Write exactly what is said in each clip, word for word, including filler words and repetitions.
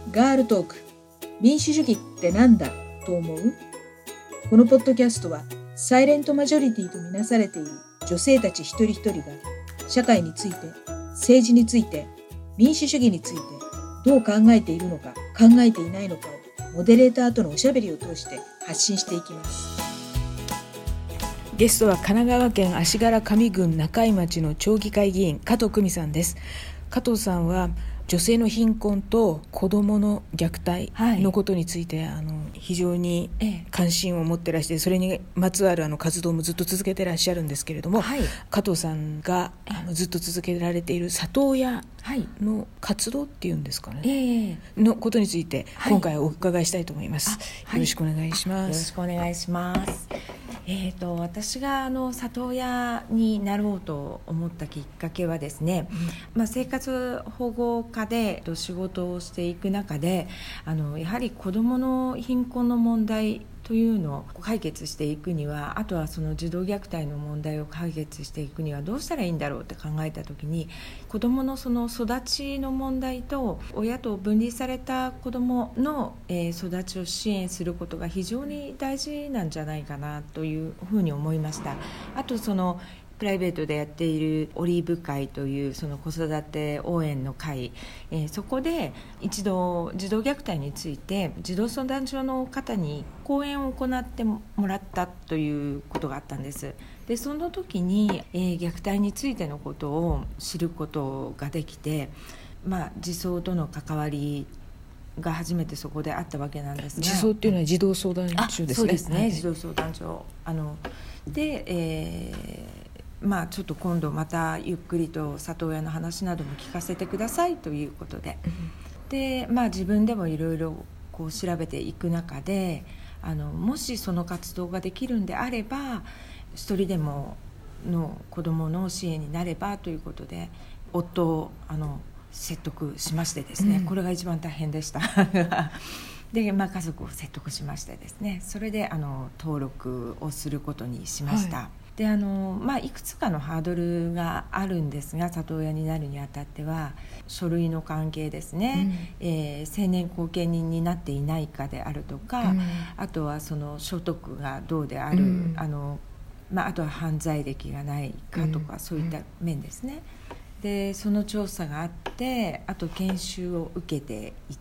ガールトーク、民主主義ってなんだと思う？このポッドキャストはサイレントマジョリティとみなされている女性たち一人一人が社会について、政治について、民主主義についてどう考えているのか考えていないのかをモデレーターとのおしゃべりを通して発信していきます。 ゲストは神奈川県足柄上郡中井町の町議会議員加藤久美さんです。加藤さんは女性の貧困と子どもの虐待のことについて、はい、あの非常に関心を持ってらして、それにまつわるあの活動もずっと続けてらっしゃるんですけれども、はい、加藤さんがあのずっと続けられている里親の活動っていうんですかね、えー、のことについて今回お伺いしたいと思います、はい、よろしくお願いします。 よろしくお願いします。えー、と私があの里親になろうと思ったきっかけはですね、うんまあ、生活保護課で仕事をしていく中で、あのやはり子どもの貧困の問題というのを解決していくには、あとはその児童虐待の問題を解決していくにはどうしたらいいんだろうって考えたときに、子どものその育ちの問題と親と分離された子どもの育ちを支援することが非常に大事なんじゃないかなというふうに思いました。あとそのプライベートでやっているオリーブ会というその子育て応援の会、えー、そこで一度児童虐待について児童相談所の方に講演を行ってもらったということがあったんです。でその時に、えー、虐待についてのことを知ることができて、まあ、児相との関わりが初めてそこであったわけなんですが、 児相っていうのは児童相談所ですね。 そうですね、 はい、 児童相談所あので、えーまあ、ちょっと今度またゆっくりと里親の話なども聞かせてくださいということで、うん、で、まあ、自分でもいろいろこう調べていく中で、あのもしその活動ができるんであれば一人でもの子どもの支援になればということで夫をあの説得しましてですね、うん、これが一番大変でしたで、まあ、家族を説得しましてですね、それであの登録をすることにしました、はいであのまあ、いくつかのハードルがあるんですが、里親になるにあたっては書類の関係ですね、うんえー、成年後見人になっていないかであるとか、うん、あとはその所得がどうである、うんあのまあ、あとは犯罪歴がないかとか、うん、そういった面ですね。でその調査があって、あと研修を受けていって、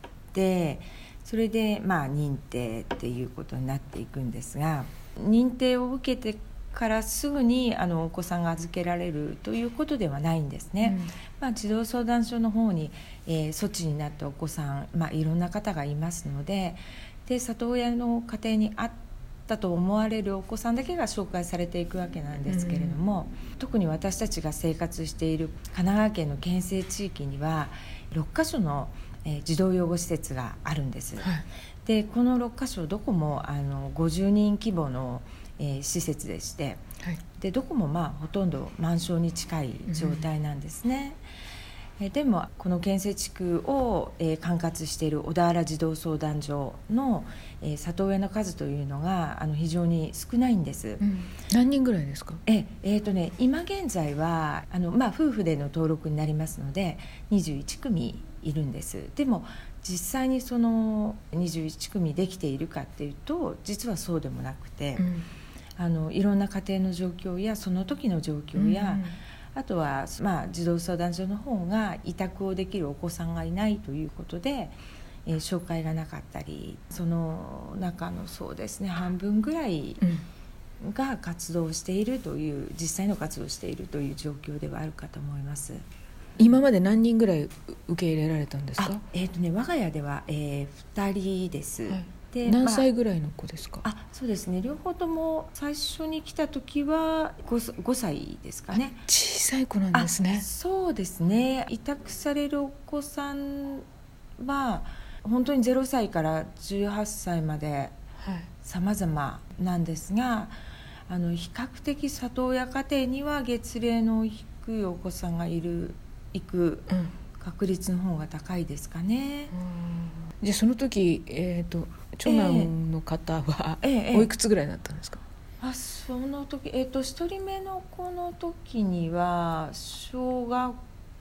それでまあ認定っていうことになっていくんですが、認定を受けてからすぐにあのお子さんが預けられるということではないんですね、うんまあ、児童相談所の方に、えー、措置になったお子さん、まあ、いろんな方がいますので、で里親の家庭にあったと思われるお子さんだけが紹介されていくわけなんですけれども、うん、特に私たちが生活している神奈川県の県西地域にはろっか所の、えー、児童養護施設があるんです、はい、でこのろっか所どこもあのごじゅうにん規模のえー、施設でして、はい、でどこもまあほとんどマンションに近い状態なんですね、うんえー、でもこの県西地区を、えー、管轄している小田原児童相談所の、えー、里親の数というのがあの非常に少ないんです、うん、 何人ぐらいですか？ ええーとね、今現在はあの、まあ、夫婦での登録になりますのでにじゅういちくみいるんです。でも実際にそのにじゅういちくみできているかっていうと実はそうでもなくて、うんあのいろんな家庭の状況やその時の状況や、うん、あとは、まあ、児童相談所の方が委託をできるお子さんがいないということで、えー、紹介がなかったり、その中のそうですね半分ぐらいが活動しているという、実際の活動しているという状況ではあるかと思います。 今まで何人ぐらい受け入れられたんですか？ えーとね、我が家では、えー、ふたりです、はいで何歳ぐらいの子ですか？ まあ、あそうですね、両方とも最初に来た時は 5, ごさいですかね。 小さい子なんですね。 そうですね、委託されるお子さんは本当にゼロさいからじゅうはっさいまで様々なんですが、はい、あの比較的里親家庭には月齢の低いお子さんがいる行く確率の方が高いですかね、 うん、じゃあその時、えーと長男の方はおいくつぐらいだったんですか？ えー、あその時、えーと、ひとりめの子の時には小学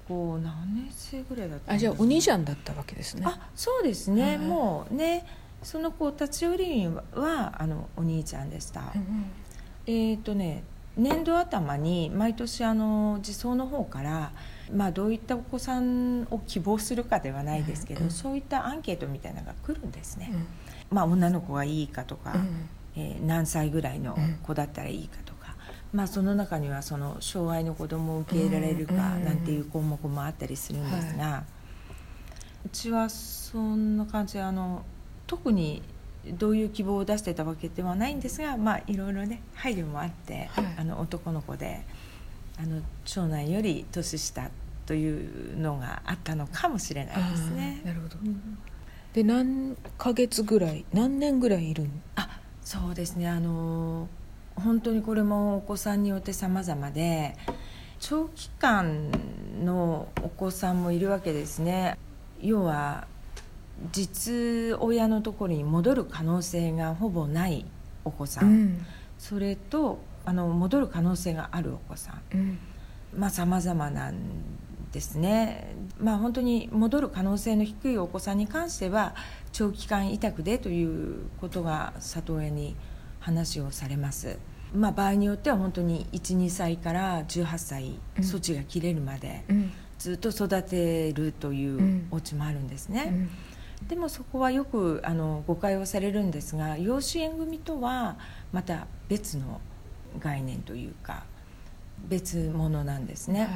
校何年生ぐらいだったんですか。 あ、じゃあお兄ちゃんだったわけですね。 あ、そうですね、 はい、 もうね、その子立ち寄り員はあのお兄ちゃんでした、うんうん、えっとね年度頭に毎年あの児相の方から、まあ、どういったお子さんを希望するかではないですけど、うんうん、そういったアンケートみたいなのが来るんですね、うん、まあ、女の子がいいかとか、うん、えー、何歳ぐらいの子だったらいいかとか、うん、まあ、その中にはその障害の子供を受け入れられるかなんていう項目もあったりするんですが、はい、うちはそんな感じであの特にどういう希望を出してたわけではないんですが、まあ、いろいろね配慮もあって、はい、あの男の子であの長男より年下というのがあったのかもしれないですね。 なるほど、うん、で何ヶ月ぐらい何年ぐらいいるん？ あ、そうですね、あの本当にこれもお子さんによって様々で長期間のお子さんもいるわけですね。要は実親のところに戻る可能性がほぼないお子さん、うん、それとあの戻る可能性があるお子さん、うん、まあ様々なんですね。まあ本当に戻る可能性の低いお子さんに関しては長期間委託でということが里親に話をされます。まあ、場合によっては本当にいち、にさいからじゅうはっさい、うん、措置が切れるまでずっと育てるというお家もあるんですね、うんうん、でもそこはよくあの誤解をされるんですが、養子縁組とはまた別の概念というか別物なんですね、はい、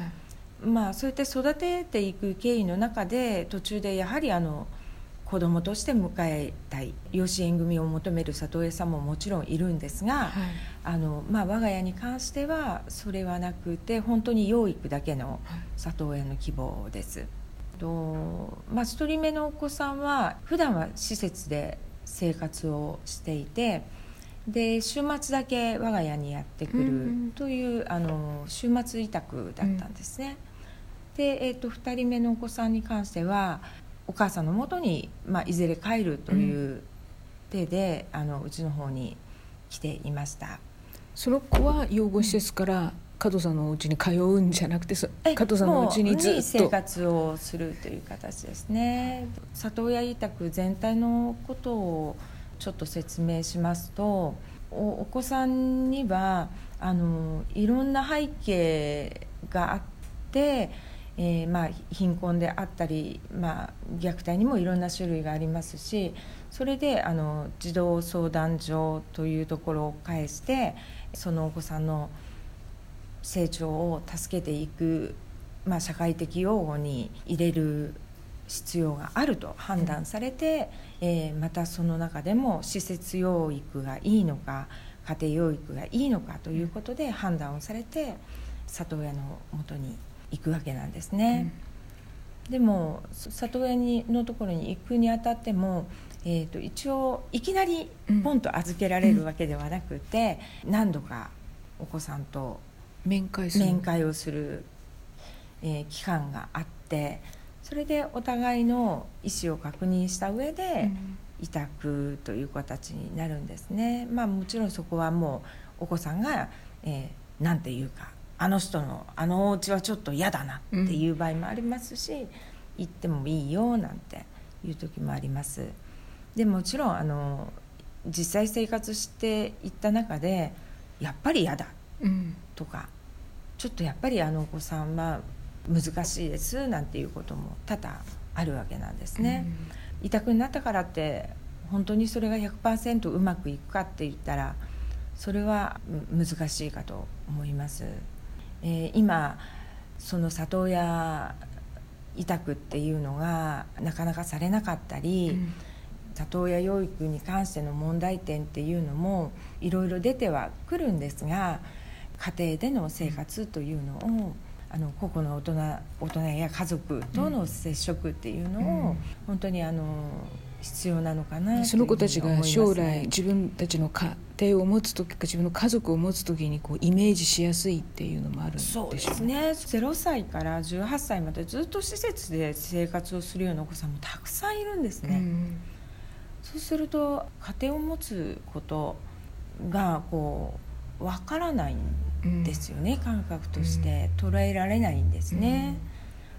まあ、そうやって育てていく経緯の中で途中でやはりあの子供として迎えたい養子縁組を求める里親さんももちろんいるんですが、はい、あのまあ、我が家に関してはそれはなくて本当に養育だけの里親の希望です、はい、とまあ、ひとりめのお子さんは普段は施設で生活をしていて、で週末だけ我が家にやってくるという、うんうん、あの週末委託だったんですね、うん、で、えーと、ふたりめのお子さんに関してはお母さんのもとに、まあ、いずれ帰るという手で、うん、あのうちの方に来ていました。 その子は養護施設から加藤さんのお家に通うんじゃなくて、加藤さんのお家にずっと生活をするという形ですね。里親委託全体のことをちょっと説明しますと、 お, お子さんにはあのいろんな背景があって、えーまあ、貧困であったり、まあ、虐待にもいろんな種類がありますし、それであの児童相談所というところを介してそのお子さんの成長を助けていく、まあ、社会的養護に入れる必要があると判断されて、えー、またその中でも施設養育がいいのか家庭養育がいいのかということで判断をされて里親のもとに行くわけなんですね、うん、でも里親にのところに行くにあたっても、えー、と一応いきなりポンと預けられるわけではなくて、うん、何度かお子さんと面会する、 面会をする、えー、期間があって、それでお互いの意思を確認した上で委託という形になるんですね、まあ、もちろんそこはもうお子さんが、えー、なんていうかあの人のあのお家はちょっと嫌だなっていう場合もありますし、うん、行ってもいいよなんていう時もあります。でもちろんあの実際生活していった中でやっぱり嫌だとか、うん、ちょっとやっぱりあのお子さんは難しいですなんていうことも多々あるわけなんですね、うん、委託になったからって本当にそれが ひゃくパーセント うまくいくかって言ったらそれは難しいかと思います、えー、今その里親委託っていうのがなかなかされなかったり、うん、里親養育に関しての問題点っていうのもいろいろ出てはくるんですが、家庭での生活というのをあの個々の大人、大人や家族との接触っていうのを、うん、本当にあの必要なのかなというふうに思いますね。 その子たちが将来自分たちの家庭を持つときか自分の家族を持つときにこうイメージしやすいっていうのもあるんでしょう。 そうですね。ゼロさいからじゅうはっさいまでずっと施設で生活をするようなお子さんもたくさんいるんですね、うん、そうすると家庭を持つことがこうわからないんですよね、うん、感覚として捉えられないんですね、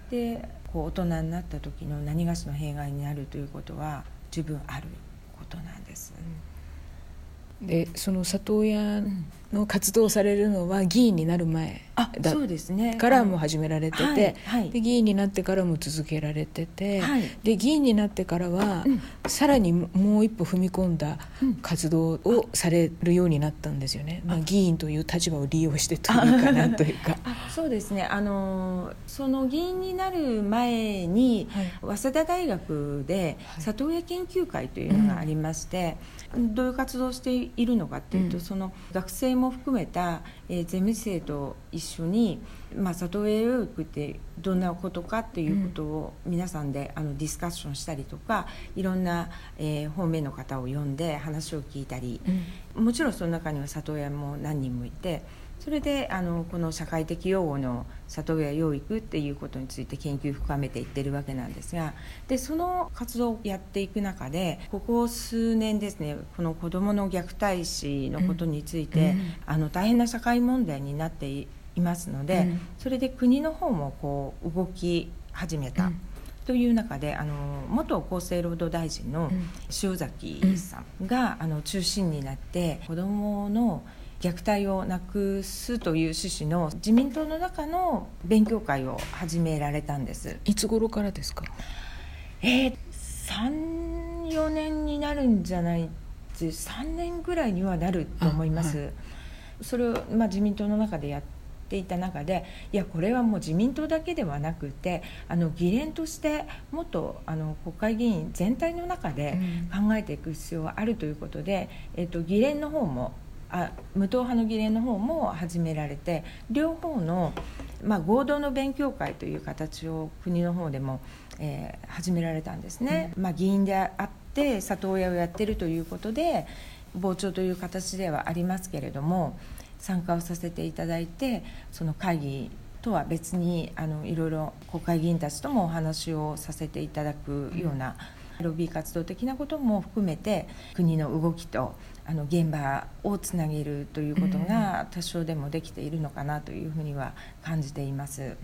でこう大人になった時の何がしの弊害になるということは十分あることなんです。 でその里親の活動をされるのは議員になる前だそうですねからも始められてて、 はいはい、 で議員になってからも続けられてて、 はい、 で議員になってからは、うん、さらにもう一歩踏み込んだ活動をされるようになったんですよね、まあ、議員という立場を利用してというかなというかあそうですね、あのその議員になる前に、はい、早稲田大学で里親研究会というのがありまして、うん、どういう活動をしているのかというと、うん、その学生も含めた、えー、ゼミ生と一緒に、まあ、里親養育ってどんなことかっていうことを皆さんであのディスカッションしたりとか、いろんな、えー、方面の方を呼んで話を聞いたり、うん、もちろんその中には里親も何人もいて、それであのこの社会的養護の里親養育っていうことについて研究を深めていってるわけなんですが、でその活動をやっていく中でここ数年ですね、この子どもの虐待死のことについて、うん、あの大変な社会問題になっていますので、うん、それで国の方もこう動き始めた、うんという中で、あの元厚生労働大臣の塩崎さんが、うん、あの中心になって子どもの虐待をなくすという趣旨の自民党の中の勉強会を始められたんです。 いつ頃からですか？ えー、さん、よねんになるんじゃないさんねんぐらいにはなると思います、はい、それを、まあ、自民党の中でやっていた中で、いやこれはもう自民党だけではなくて、あの議連としてもっとあの国会議員全体の中で考えていく必要があるということで、うん、えっと、議連の方もあ無党派の議連の方も始められて、両方の、まあ、合同の勉強会という形を国の方でも、えー、始められたんですね、うん、まあ、議員であって里親をやっているということで傍聴という形ではありますけれども参加をさせていただいて、その会議とは別にあのいろいろ国会議員たちともお話をさせていただくような、うん、ロビー活動的なことも含めて国の動きとあの現場をつなげるということが多少でもできているのかなというふうには感じています、うん、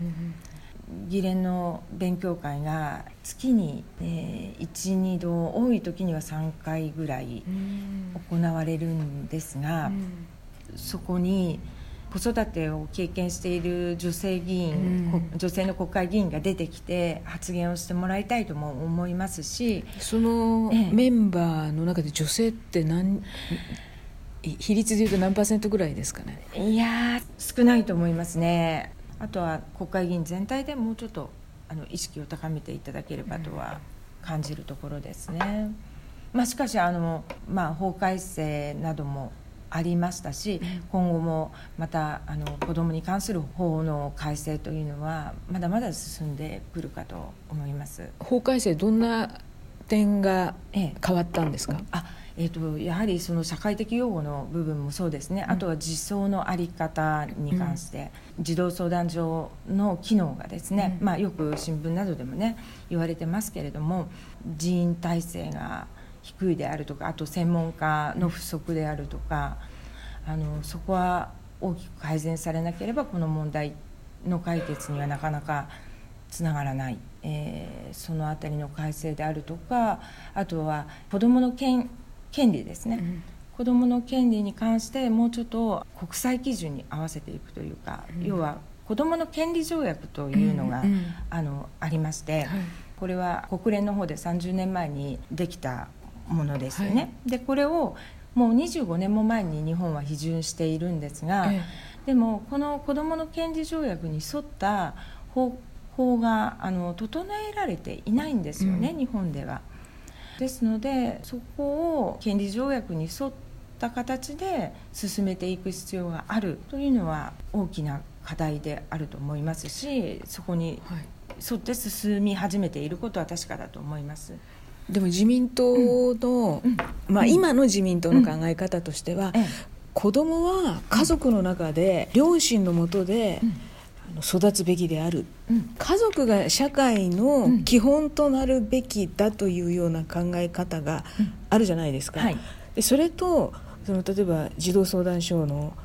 議連の勉強会が月に、えー、いち、にど、多い時にはさんかいぐらい行われるんですが、うん、そこに子育てを経験している女性議員、うん、女性の国会議員が出てきて発言をしてもらいたいとも思いますし、 そのメンバーの中で女性って何比率でいうと何パーセントぐらいですかね？ いや少ないと思いますね。あとは国会議員全体でもうちょっとあの意識を高めていただければとは感じるところですね、まあ、しかしあの、まあ、法改正などもありましたし、今後もまたあの子どもに関する法の改正というのはまだまだ進んでくるかと思います。 法改正どんな点が変わったんですか？ ええあえー、とやはりその社会的養護の部分もそうですね、あとは児相の在り方に関して、うん、児童相談所の機能がですね、うんまあ、よく新聞などでもね言われてますけれども、人員体制が低いであるとか、あと専門家の不足であるとか、あのそこは大きく改善されなければこの問題の解決にはなかなかつながらない、えー、そのあたりの改正であるとか、あとは子どもの権権利ですね、うん、子どもの権利に関してもうちょっと国際基準に合わせていくというか、うん、要は子どもの権利条約というのが、うんうん、あのありまして、はい、これは国連の方でさんじゅうねんまえにできたものですよね、はい、でこれをもうにじゅうごねんも前に日本は批准しているんですが、ええ、でもこの子どもの権利条約に沿った法、法があの整えられていないんですよね、うん、日本では。ですのでそこを権利条約に沿った形で進めていく必要があるというのは大きな課題であると思いますし、そこに沿って進み始めていることは確かだと思います。 でも自民党の、うんまあ、今の自民党の考え方としては、うん、子どもは家族の中で、うん、両親の下で、うん育つべきである、うん、家族が社会の基本となるべきだというような考え方があるじゃないですか、うんはい、でそれとその例えば児童相談所の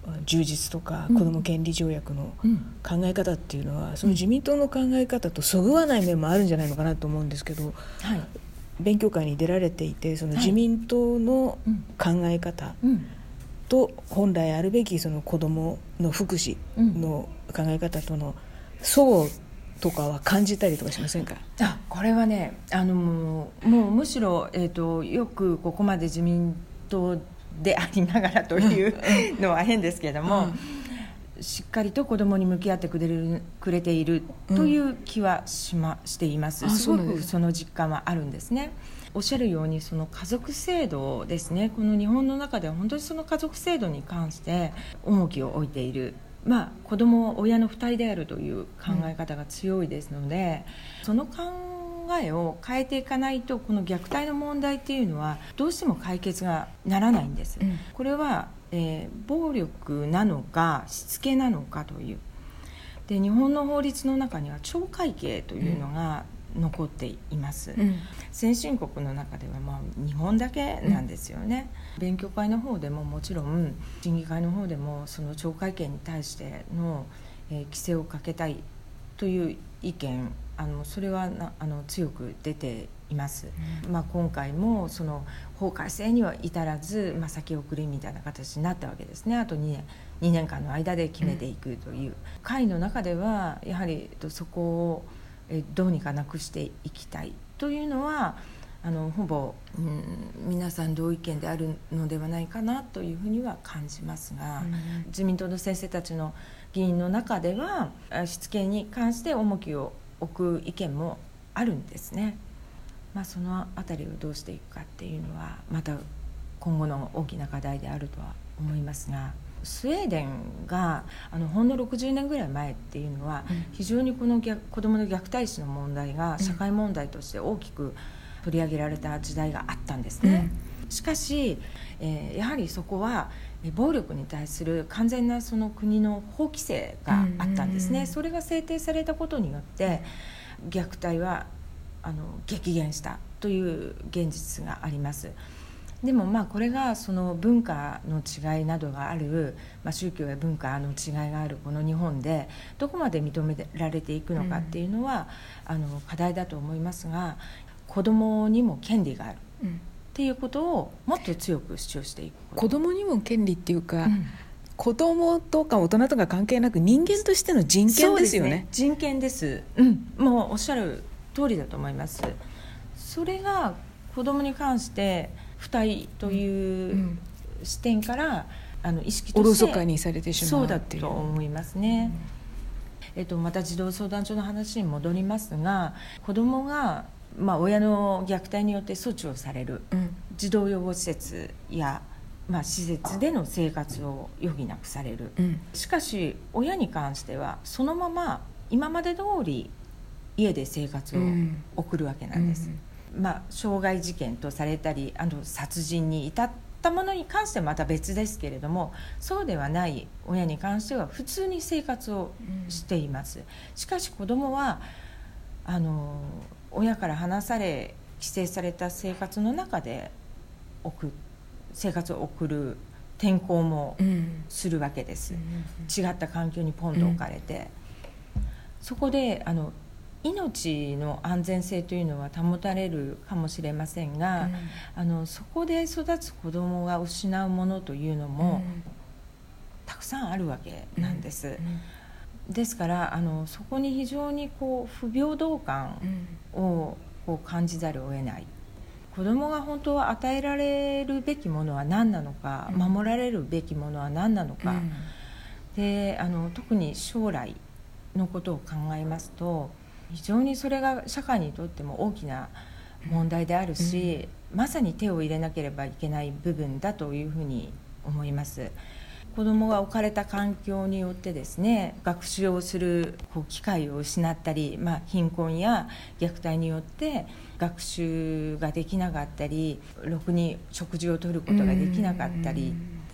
充実とか子ども権利条約の考え方っていうのは、うん、その自民党の考え方とそぐわない面もあるんじゃないのかなと思うんですけど、はい、勉強会に出られていて、その自民党の考え方と本来あるべきその子どもの福祉の考え方との相互とかは感じたりとかしませんか？ あ、これはね、あのもうむしろ、えーと、よくここまで自民党でありながらというのは変ですけれども、うん、しっかりと子どもに向き合ってくれる、くれているという気はし、ま、しています。すごくその実感はあるんですね。おっしゃるようにその家族制度ですね、この日本の中では本当にその家族制度に関して重きを置いている、まあ、子ども親のふたりであるという考え方が強いですので、うん、その考えを変えていかないとこの虐待の問題っていうのはどうしても解決がならないんです、うん、これは、えー、暴力なのかしつけなのかというで、日本の法律の中には懲戒刑というのが残っています、うん、先進国の中ではまあ日本だけなんですよね、うん、勉強会の方でももちろん審議会の方でもその懲戒刑に対しての、えー、規制をかけたいという意見、あのそれはなあの強く出ています、うん、まあ、今回もその法改正には至らず、まあ、先送りみたいな形になったわけですね。あとにねん、にねんかんの間で決めていくという、うん、会の中ではやはりそこをどうにかなくしていきたいというのはあのほぼ、うん、皆さん同意見であるのではないかなというふうには感じますが、うん、自民党の先生たちの議員の中ではしつけに関して重きを置く意見もあるんですね。まあ、そのあたりをどうしていくかっていうのはまた今後の大きな課題であるとは思いますが、スウェーデンがあのほんのろくじゅうねんぐらい前っていうのは、うん、非常にこの子どもの虐待死の問題が社会問題として大きく取り上げられた時代があったんですね、うん、しかし、えー、やはりそこは暴力に対する完全なその国の法規制があったんですね、うんうんうん、それが制定されたことによって虐待はあの激減したという現実があります。でもまあこれがその文化の違いなどがある、まあ、宗教や文化の違いがあるこの日本でどこまで認められていくのかっていうのは、うん、あの課題だと思いますが、子どもにも権利がある、うん、っていうことをもっと強く主張していくこと。 子どもにも権利っていうか、うん、子どもとか大人とか関係なく人間としての人権ですよね。 そうですね、人権です、うん、もうおっしゃる通りだと思います。それが子どもに関して不対という視点から、うん、あの意識としておろそかにされてしまうっていう。そうだと思いますね、うん、えっと、また児童相談所の話に戻りますが、子どもが、まあ、親の虐待によって措置をされる、うん、児童養護施設や、まあ、施設での生活を余儀なくされる、うん、しかし親に関してはそのまま今まで通り家で生活を送るわけなんです、うん、まあ、傷害事件とされたりあの殺人に至ったものに関してはまた別ですけれども、そうではない親に関しては普通に生活をしています、うん、しかし子どもはあの親から離され規制された生活の中で送生活を送る転校もするわけです、うん、違った環境にポンと置かれて、うん、そこであの命の安全性というのは保たれるかもしれませんが、うん、あのそこで育つ子どもが失うものというのも、うん、たくさんあるわけなんです、うんうん、ですからあのそこに非常にこう不平等感をこう感じざるを得ない。子どもが本当は与えられるべきものは何なのか、うん、守られるべきものは何なのか、うん、であの特に将来のことを考えますと非常にそれが社会にとっても大きな問題であるし、うん、まさに手を入れなければいけない部分だというふうに思います。子どもが置かれた環境によってですね、学習をするこう機会を失ったり、まあ、貧困や虐待によって学習ができなかったり、ろくに食事をとることができなかったりって、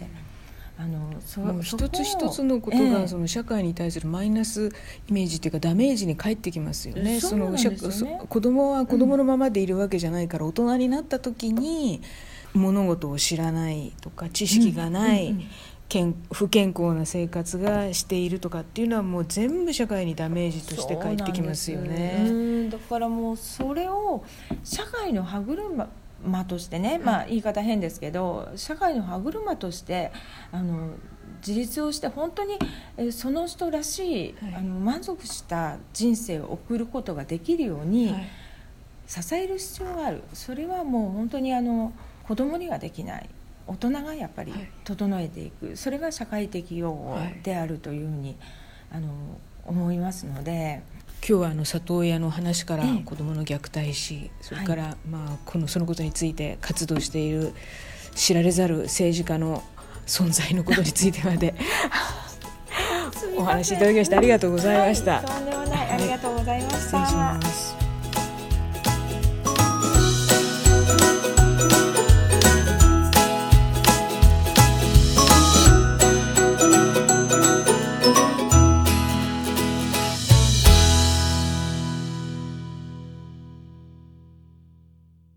あのそもう一つ一つのことが、ええ、その社会に対するマイナスイメージというかダメージに返ってきますよね。 そうなんですよね。 その子供は子供のままでいるわけじゃないから、うん、大人になった時に物事を知らないとか知識がない、うんうんうんうん、 健不健康な生活がしているとかっていうのはもう全部社会にダメージとして返ってきますよね。 うん、だからもうそれを社会の歯車としてね、まあ、言い方変ですけど、社会の歯車としてあの自立をして本当にその人らしい、はい、あの満足した人生を送ることができるように支える必要がある。それはもう本当にあの子供にはできない、大人がやっぱり整えていく、はい、それが社会的養護であるというふうに、はい、あの思いますので、 今日はあの里親の話から子どもの虐待死、それから、まあ、このそのことについて活動している知られざる政治家の存在のことについてまでお話しいただきましてありがとうございました。 はい、とんでもない、ありがとうございました。 失礼します。